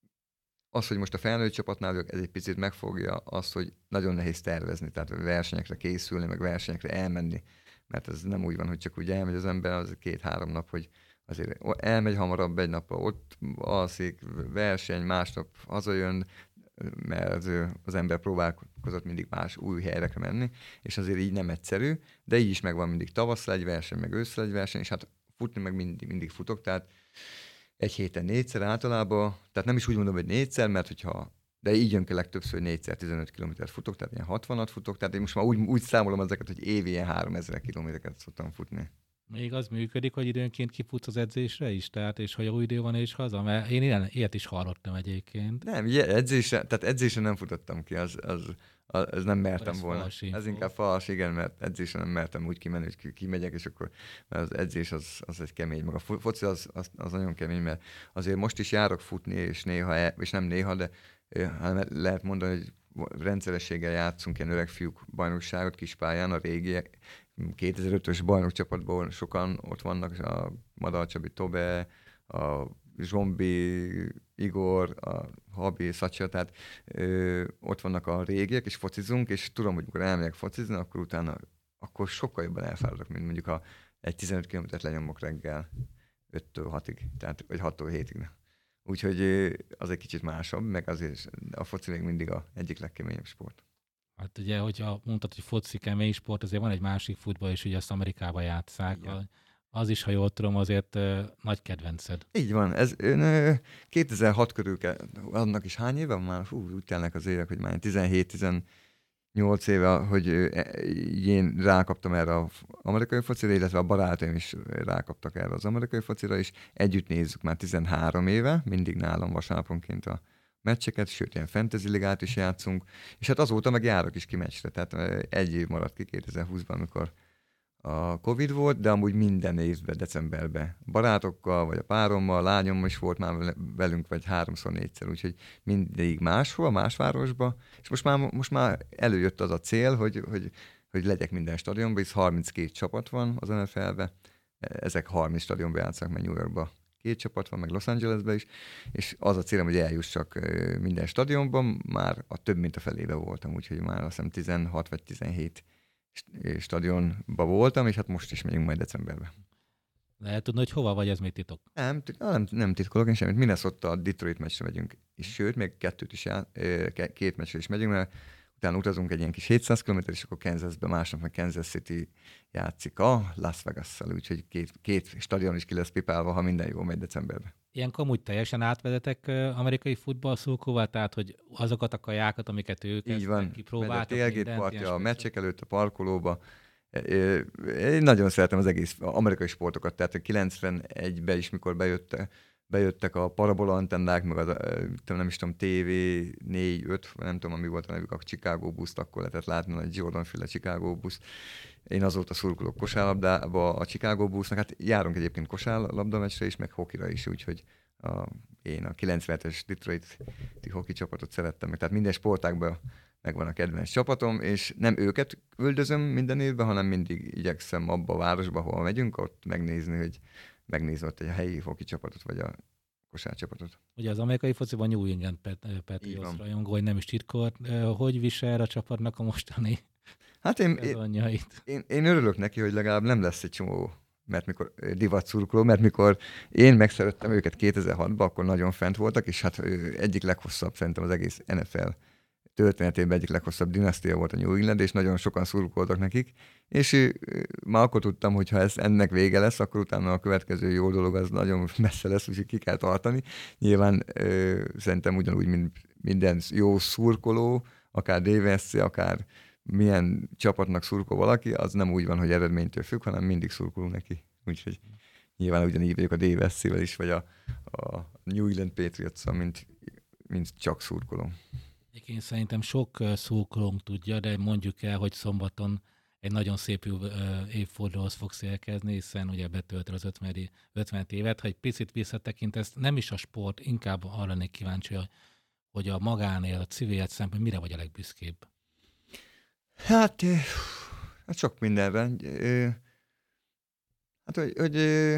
az, hogy most a felnőtt csapatnál vagyok, ez egy picit megfogja azt, hogy nagyon nehéz tervezni, tehát versenyekre készülni, meg versenyekre elmenni, mert ez nem úgy van, hogy csak úgy elmegy az ember, az két-három nap, hogy azért elmegy hamarabb egy napra, ott alszik, verseny, másnap hazajön, mert az, az ember próbálkozott mindig más új helyre menni, és azért így nem egyszerű, de így is megvan mindig tavasszal egy verseny, meg ősszel egy verseny, és hát futni meg mindig, mindig futok, tehát egy héten négyszer általában, tehát nem is úgy mondom, hogy négyszer, mert hogyha, de így jön ki legtöbbször, hogy négyszer tizenöt kilométert futok, tehát ilyen hatvanat futok, tehát én most már úgy, úgy számolom ezeket, hogy évi ilyen háromezer kilométereket szoktam futni. Még az működik, hogy időnként kifutsz az edzésre is? Tehát, és ha jó idő van és haza? Mert én ilyen, ilyet is hallottam egyébként. Nem, edzésre, tehát edzésre nem futottam ki, az, az, az, az nem mertem ez volna. Fals ez inkább fals, igen, mert edzésre nem mertem úgy kimenni, hogy kimegyek, és akkor mert az edzés az, az egy kemény. Meg a foci az, az, az nagyon kemény, mert azért most is járok futni, és néha, és nem néha, de hanem lehet mondani, hogy rendszerességgel játszunk ilyen öreg fiúk bajnokságot Kispályán, a régi kétezer-ötös bajnokcsapatból sokan ott vannak, a Madar Csabi, Tobe, a Zsombi, Igor, a Habi, Szacsia, tehát ö, ott vannak a régiek, és focizunk, és tudom, hogy amikor elmegyek focizni, akkor utána akkor sokkal jobban elfáradok, mint mondjuk ha egy tizenöt kilométert lenyomok reggel öttől hatig, tehát, vagy hattól hétig. Úgyhogy az egy kicsit másabb, meg azért a foci még mindig a egyik legkeményebb sport. Hát ugye, hogyha mondtad, hogy foci kemény sport, azért van egy másik futball is, ugye azt Amerikában játsszák. Igen. Az is, ha jól tudom, azért uh, nagy kedvenced. Így van. Ez ön, kétezer-hat körül kell, annak is hány éve már? Hú, úgy telnek az évek, hogy már tizenhét-tizennyolc éve, hogy én rákaptam erre az amerikai focira, illetve a barátaim is rákaptak erre az amerikai focira, és együtt nézzük már tizenhárom éve, mindig nálam vasárnaponként a meccseket, sőt, ilyen fantasy ligát is játszunk, és hát azóta meg járok is ki meccsre, tehát egy év maradt ki kétezer-húszban, amikor a Covid volt, de amúgy minden évben, decemberben. Barátokkal, vagy a párommal, a lányom is volt már velünk, vagy háromszor, négyszer, úgyhogy mindig máshol, más városba. És most már, most már előjött az a cél, hogy, hogy, hogy legyek minden stadionban, hisz harminckét csapat van az en ef el-be. Ezek harminc stadionban játszanak, mert New Yorkban két csapat van, meg Los Angelesben is, és az a célom, hogy eljussak minden stadionban, már a több mint a felébe voltam, úgyhogy már azt hiszem tizenhat vagy tizenhét stadionban voltam, és hát most is megyünk majd decemberben. Lehet tudni, hogy hova vagy, ez még titok? Nem, nem, nem titkolok én semmit. Minnesota a Detroit meccsre megyünk, és sőt, még kettőt is jár, két meccsre is megyünk, mert utána utazunk egy ilyen kis hétszáz kilométer, és akkor Kansasbe, másnap meg Kansas City játszik a Las Vegas-szal, úgyhogy két, két stadion is ki lesz pipálva, ha minden jól megy decemberben. Ilyenkor amúgy teljesen átvezetek amerikai futballszurkolóval, tehát hogy azokat a kajákat, amiket ők így van, kipróbáltak. Megy a tailgate partja, a meccsek előtt a parkolóba. Én nagyon szeretem az egész amerikai sportokat, tehát kilencvenegyben is, mikor bejöttek, bejöttek a parabola antennák, meg az, nem is tudom, té vé négy öt, nem tudom, ami volt a nevük, a Chicago buszt, akkor lehetett látni a Jordan-féle Chicago busz. Én azóta szurkolok kosárlabdába a Chicago busznak, hát járunk egyébként kosárlabda meccsre is, meg hokira is, úgyhogy a, én a kilencvenhetes Detroit-i hoki csapatot szerettem meg, tehát minden sportágban megvan a kedvenc csapatom, és nem őket üldözöm minden évben, hanem mindig igyekszem abba a városba, ahol megyünk, ott megnézni, hogy megnézni ott egy helyi hoki csapatot, vagy a kosárcsapatot. Ugye az amerikai fociban New England Patriots rajongó, hogy nem is titkolt. Hogy visel a csapatnak a mostani hát én, én, én, én örülök neki, hogy legalább nem lesz egy csomó, mert mikor divat szurkoló, mert mikor én megszerettem őket kétezer-hatban, akkor nagyon fent voltak, és hát egyik leghosszabb, szerintem az egész en ef el történetében egyik leghosszabb dinasztia volt a New England, és nagyon sokan szurkoltak nekik, és már akkor tudtam, hogy ha ez ennek vége lesz, akkor utána a következő jó dolog az nagyon messze lesz, úgyhogy ki kell tartani. Nyilván ö, szerintem ugyanúgy, mint minden jó szurkoló, akár dé vé es cé, akár milyen csapatnak szurkol valaki, az nem úgy van, hogy eredménytől függ, hanem mindig szurkolunk neki. Úgyhogy nyilván ugyanígy vagyok a dé vé es cé-vel is, vagy a, a New England Patriots-szal, mint, mint csak szurkolom. Én szerintem sok szurkolónk tudja, de mondjuk el, hogy szombaton egy nagyon szép évfordulóhoz fogsz érkezni, hiszen ugye betöltöd az ötven évet. Ha egy picit visszatekintesz, nem is a sport, inkább arra lennék kíváncsi, hogy a magánél, a civil élet szempontból mire vagy a legbüszkébb? Hát, hát sok mindenre. Hát, hogy, hogy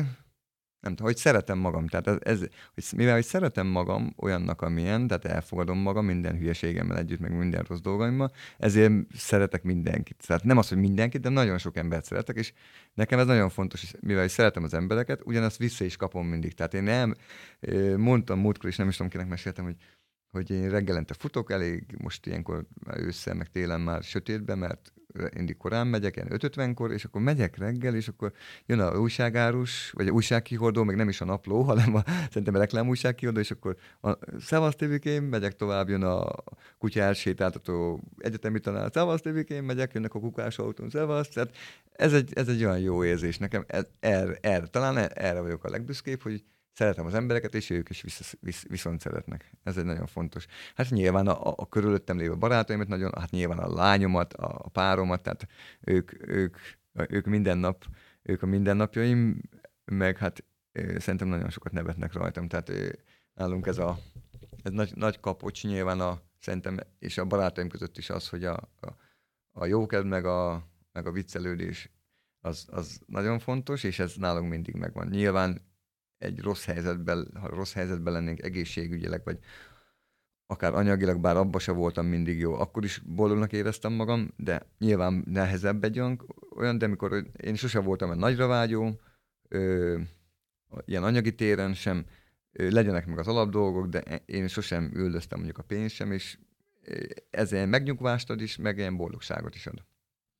nem tudom, hogy szeretem magam. Tehát ez, ez hogy mivel hogy szeretem magam olyannak, amilyen, tehát elfogadom magam minden hülyeségemmel együtt, meg minden rossz dolgaimmal, ezért szeretek mindenkit. Tehát nem az, hogy mindenkit, de nagyon sok embert szeretek, és nekem ez nagyon fontos, mivel hogy szeretem az embereket, ugyanazt vissza is kapom mindig. Tehát én nem mondtam múltkor, és nem is tudom, kinek meséltem, hogy hogy én reggelente futok, elég most ilyenkor ősszel, meg télen már sötétben, mert mindig korán megyek, ilyen öt ötvenkor, és akkor megyek reggel, és akkor jön a újságárus, vagy a újságkihordó, meg nem is a napló, hanem a, szerintem a reklám újságkihordó, és akkor a szevasz tévékém, megyek tovább, jön a kutya elsétáltató egyetemi tanár, szevasz tévékém, megyek, jönnek a kukás autón, szevasz, tehát ez egy, ez egy olyan jó érzés nekem, erre, erre, talán erre vagyok a legbüszkébb, hogy szeretem az embereket, és ők is visz, visz, viszont szeretnek. Ez egy nagyon fontos. Hát nyilván a, a, a körülöttem lévő barátaimat nagyon, hát nyilván a lányomat, a, a páromat, tehát ők, ők, ők minden nap, ők a mindennapjaim, meg hát ö, szerintem nagyon sokat nevetnek rajtam. Tehát ö, nálunk ez a ez nagy, nagy kapocs nyilván a, szerintem, és a barátaim között is az, hogy a, a, a jókedv meg a, meg a viccelődés az, az nagyon fontos, és ez nálunk mindig megvan. Nyilván egy rossz helyzetben, ha rossz helyzetben lennénk egészségügyileg, vagy akár anyagilag, bár abban se voltam mindig jó, akkor is boldognak éreztem magam, de nyilván nehezebb egy olyan, olyan de amikor én sosem voltam egy nagyra vágyó, ö, ilyen anyagi téren sem, ö, legyenek meg az alapdolgok, de én sosem üldöztem mondjuk a pénzt sem, és ez ilyen megnyugvást ad is, meg ilyen boldogságot is ad.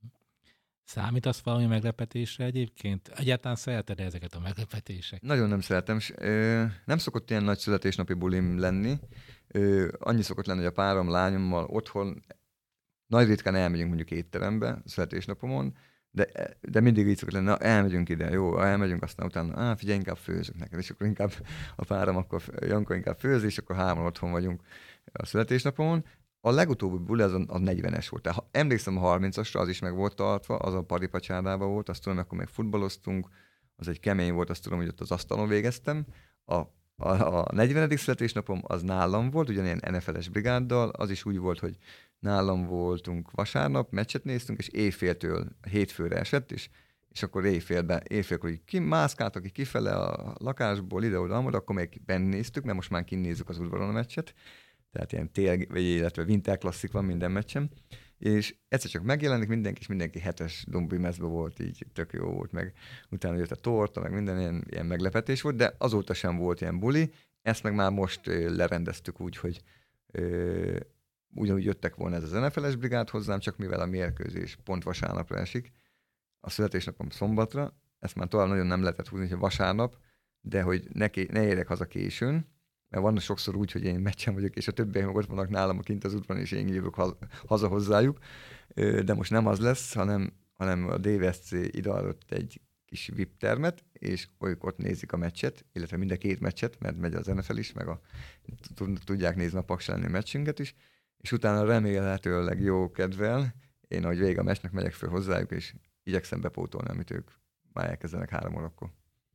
Számítasz valami meglepetésre egyébként? Egyáltalán szereted ezeket a meglepetések? Nagyon nem szeretem. Nem szokott ilyen nagy születésnapi bulim lenni. Annyi szokott lenni, hogy a párom, lányommal otthon nagy ritkán elmegyünk mondjuk étterembe születésnapomon, de, de mindig így szokott lenni, na, elmegyünk ide, jó, elmegyünk, aztán utána, á, figyelj, inkább főzök neked, és akkor inkább a párom, akkor Janka inkább főz, és akkor hárman otthon vagyunk a születésnapomon. a legutóbbi buli az a, a negyvenes volt. Tehát, ha emlékszem a harmincasra, az is meg volt tartva, az a paripacsádában volt, azt tudom, akkor még futballoztunk, az egy kemény volt, azt tudom, hogy ott az asztalon végeztem. A, a, a negyvenedik születésnapom az nálam volt, ugyanilyen en ef el-es brigáddal, az is úgy volt, hogy nálam voltunk vasárnap, meccset néztünk, és éjféltől hétfőre esett, és, és akkor éjfélben, éjfélkor így kimászkáltak kifele a lakásból, ide-oda, akkor még benn néztük, mert most már kinézzük az udvaron a meccset, tehát ilyen tél, vagy illetve Winter Classic van minden meccsen, és egyszer csak megjelenik mindenki, és mindenki hetes dombi mezbe volt, így tök jó volt, meg utána jött a torta, meg minden ilyen, ilyen meglepetés volt, de azóta sem volt ilyen buli, ezt meg már most ö, lerendeztük úgy, hogy ö, ugyanúgy jöttek volna ez az en ef el-es brigád hozzám, csak mivel a mérkőzés pont vasárnapra esik, a születésnapom szombatra, ezt már tovább nagyon nem lehetett húzni, hogy vasárnap, de hogy ne, ké, ne érek haza későn, mert van sokszor úgy, hogy én meccsen vagyok, és a többiek meg ott vannak nálam kint az útban, és én jövök haza, haza hozzájuk. De most nem az lesz, hanem, hanem a dé vé es cé ideadott egy kis vé i pé termet, és ők ott nézik a meccset, illetve mind a két meccset, mert megy az en ef el is, meg a, tudják nézni a Paks elleni meccsünket is, és utána remélhetőleg jó kedvel, én ahogy vége a meccsnek megyek föl hozzájuk, és igyekszem bepótolni, amit ők már elkezdenek három órakor.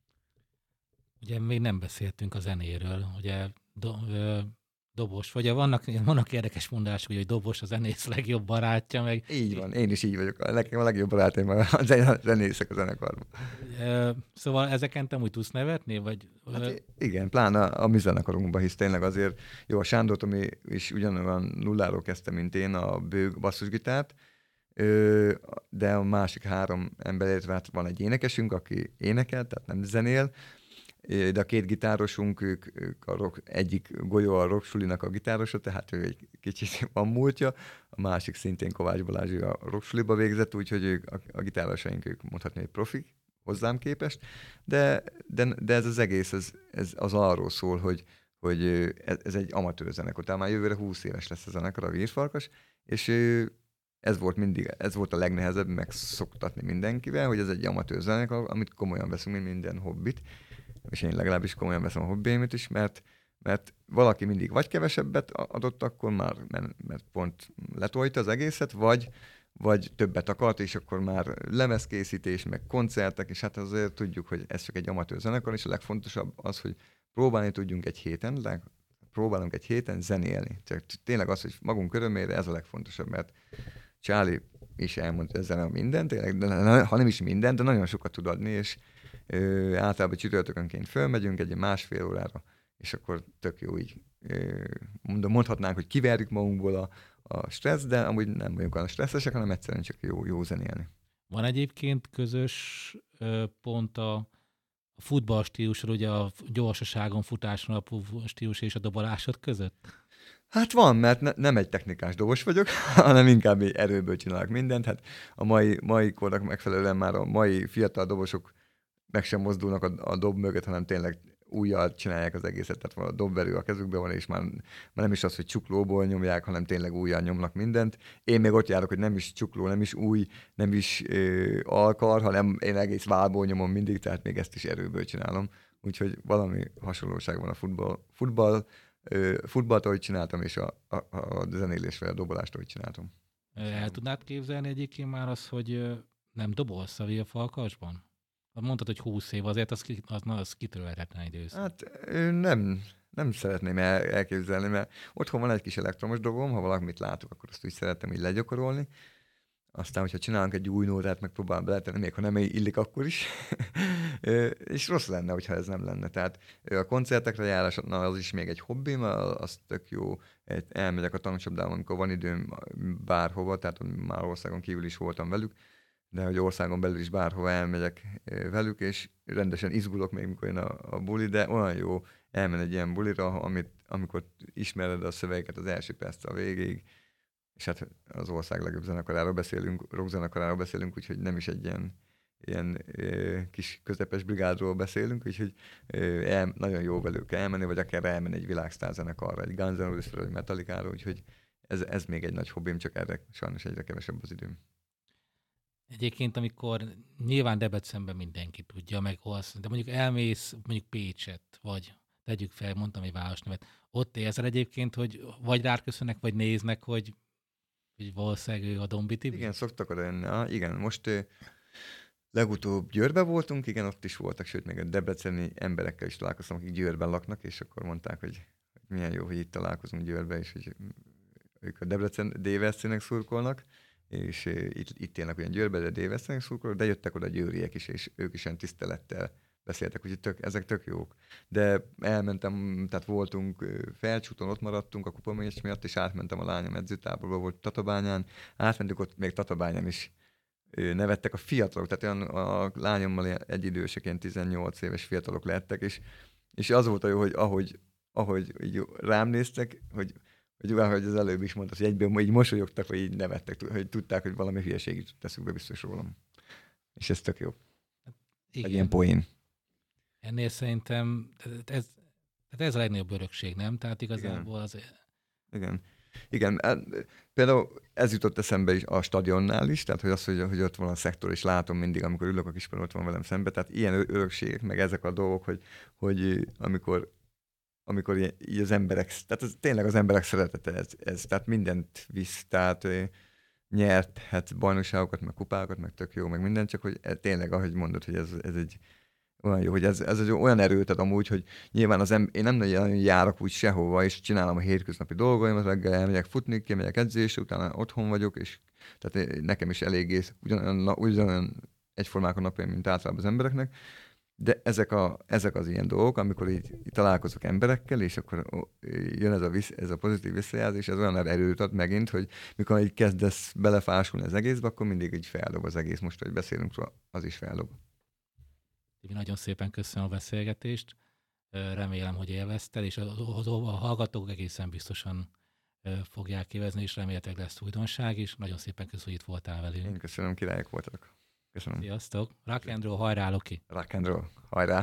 Ugye még nem beszéltünk a zenéről, ugye do, ö, Dobos, vagy vannak, vannak érdekes mondások, hogy Dobos a zenész legjobb barátja, meg... Így van, én is így vagyok. A, leg, a legjobb barátaim a zenészek a zenekarban. Szóval ezeken te úgy tudsz nevetni, vagy... Hát igen, pláne a, a mi zenekarunkban, hisz tényleg azért, jó, a Sándor Tomi is ugyanolyan nulláról kezdte, mint én, a bőg basszusgitárt, de a másik három ember, illetve hát van egy énekesünk, aki énekel, tehát nem zenél, de a két gitárosunk, ők, ők a rock, egyik Golyó a Rock Sulinak a gitárosa, tehát ő egy kicsit van múltja, a másik szintén Kovács Balázs, ő a Rock Suliba végzett, úgyhogy ők, a, a gitárosaink, ők mondhatni, hogy profik hozzám képest, de, de, de ez az egész, ez, ez az arról szól, hogy, hogy ez, ez egy amatőr zenekar, tehát már jövőre húsz éves lesz a zenekar, a Vírfarkas, és ez volt mindig, ez volt a legnehezebb megszoktatni mindenkivel, hogy ez egy amatőr zenekar, amit komolyan veszünk, mint minden hobbit, és én legalábbis komolyan veszem a hobbiémet is, mert, mert valaki mindig vagy kevesebbet adott akkor már, mert, mert pont letolta az egészet, vagy, vagy többet akart, és akkor már lemezkészítés, meg koncertek, és hát azért tudjuk, hogy ez csak egy amatőr zenekar, és a legfontosabb az, hogy próbálni tudjunk egy héten, de próbálunk egy héten zenélni. Csak tényleg az, hogy magunk örömére ez a legfontosabb, mert Csáli is elmondta ezzel a mindent, tényleg, de, ha nem is mindent, de nagyon sokat tud adni, és Ö, általában csütörtökönként fölmegyünk egy másfél órára, és akkor tök jó így. Ö, mondhatnánk, hogy kiverjük magunkból a, a stressz, de amúgy nem vagyunk olyan stresszesek, hanem egyszerűen csak jó, jó zenélni. Van egyébként közös ö, pont a, a futball stílusról, ugye a gyorsaságon, futáson alapú stílus és a dobolásod között? Hát van, mert ne, nem egy technikás dobos vagyok, hanem inkább egy erőből csinálok mindent. Hát a mai, mai kornak megfelelően már a mai fiatal dobosok meg sem mozdulnak a, a dob mögött, hanem tényleg újjal csinálják az egészet, tehát a dobverő a kezükben van, és már, már nem is az, hogy csuklóból nyomják, hanem tényleg újjal nyomnak mindent. Én még ott járok, hogy nem is csukló, nem is új, nem is ö, alkar, hanem én egész válból nyomom mindig, tehát még ezt is erőből csinálom. Úgyhogy valami hasonlóság van a futball, futball, ö, futballt, ahogy csináltam, és a, a, a zenélésvel, a dobolást, ahogy csináltam. El tudnád képzelni egyébként már az, hogy nem dobolsz a Villfarkasban? Mondtad, hogy húsz év, azért az, az, az kitörölhetetlen időszak. Hát nem, nem szeretném el, elképzelni, mert otthon van egy kis elektromos dobom, ha valamit látok, akkor azt úgy szeretem így legyakorolni. Aztán, hogyha csinálunk egy új nótát, megpróbálom beletenni, még ha nem illik, akkor is. És rossz lenne, hogyha ez nem lenne. Tehát a koncertekre járás, na, az is még egy hobbim, az tök jó. Elmegyek a tankcsapdában, amikor van időm bárhova, tehát már országon kívül is voltam velük, de hogy országon belül is bárhova elmegyek velük, és rendesen izgulok még, mikor jön a, a buli, de olyan jó elmenni egy ilyen bulira, amit, amikor ismered a szövegeket az első perctől a végéig, és hát az ország legjobb zenekaráról beszélünk, rockzenekaráról beszélünk, úgyhogy nem is egy ilyen, ilyen e, kis közepes brigádról beszélünk, úgyhogy e, el, nagyon jó velük elmenni, vagy akár elmenni egy világsztár zenekarra, egy Guns N' Roses-ra, egy Metallica-ra, úgyhogy ez, ez még egy nagy hobbim, csak erre sajnos egyre kevesebb az időm. Egyébként, amikor nyilván Debrecenben mindenki tudja, meg Olsz, de mondjuk elmész mondjuk Pécset, vagy tegyük fel, mondtam egy városnevet, ott érzel egyébként, hogy vagy rád köszönnek, vagy néznek, hogy, hogy valószínűleg ő a Dombi Tibi? Igen, szoktak oda jönni. Ah, igen, most ö, legutóbb Győrbe voltunk, igen, ott is voltak, sőt, még a debreceni emberekkel is találkoztam, akik Győrben laknak, és akkor mondták, hogy, hogy milyen jó, hogy itt találkozunk Győrbe, és hogy ők a Debrecen Déveszének szurkolnak, és ö, itt, itt élnek olyan Győrbe, de Déveszének szurkolnak, de jöttek oda győriek is, és ők is olyan tisztelettel beszéltek, hogy tök, ezek tök jók. De elmentem, tehát voltunk ö, Felcsúton, ott maradtunk a kupamérés miatt, és átmentem a lányom edzőtáborba, volt Tatabányán, átmentünk ott még Tatabányán is ö, nevettek a fiatalok, tehát olyan a lányommal ilyen egyidősek, ilyen tizennyolc éves fiatalok lettek, és, és az volt a jó, hogy ahogy, ahogy így rám néztek, hogy hogy ahogy az előbb is mondtad, hogy egyből így mosolyogtak, vagy így nevettek, hogy tudták, hogy valami hülyeségét teszünk be biztos rólam. És ez tök jó. Igen. Egy ilyen poén. Ennél szerintem tehát ez, tehát ez a legnagyobb örökség, nem? Tehát igazából az... Igen. Igen. Például ez jutott eszembe is a stadionnál is, tehát hogy az, hogy, hogy ott van a szektor, és látom mindig, amikor ülök a kispadon, ott van velem szembe, tehát ilyen örökségek, meg ezek a dolgok, hogy, hogy amikor amikor így az emberek, tehát az, tényleg az emberek szeretete ez, ez, tehát mindent visz, tehát nyerthet bajnokságokat, meg kupákat, meg tök jó, meg minden, csak hogy ez, tényleg, ahogy mondod, hogy ez, ez egy olyan jó, hogy ez, ez egy olyan erőt ad amúgy, hogy nyilván az ember, én nem nagyon járok úgy sehova, és csinálom a hétköznapi dolgaimat, reggel elmegyek futni, kimegyek edzésre, utána otthon vagyok, és tehát nekem is eléggé ugyanolyan, ugyanolyan egyformák a napjaim, mint általában az embereknek, de ezek, a, ezek az ilyen dolgok, amikor így, így találkozok emberekkel, és akkor jön ez a, visz, ez a pozitív visszajelzés, ez olyan erőt ad megint, hogy mikor így kezdesz belefásulni az egészbe, akkor mindig így feldob az egész. Most, hogy beszélünk róla, az is feldob. Nagyon szépen köszönöm a beszélgetést. Remélem, hogy élvezted, és a, a, a hallgatók egészen biztosan fogják évezni, és remélhetőleg lesz újdonság is. Nagyon szépen köszönöm, hogy itt voltál velünk. Én köszönöm, királyok voltatok. Köszönöm. Sziasztok. Rock and roll, hajrá, Loki. Rock and roll, hajrá.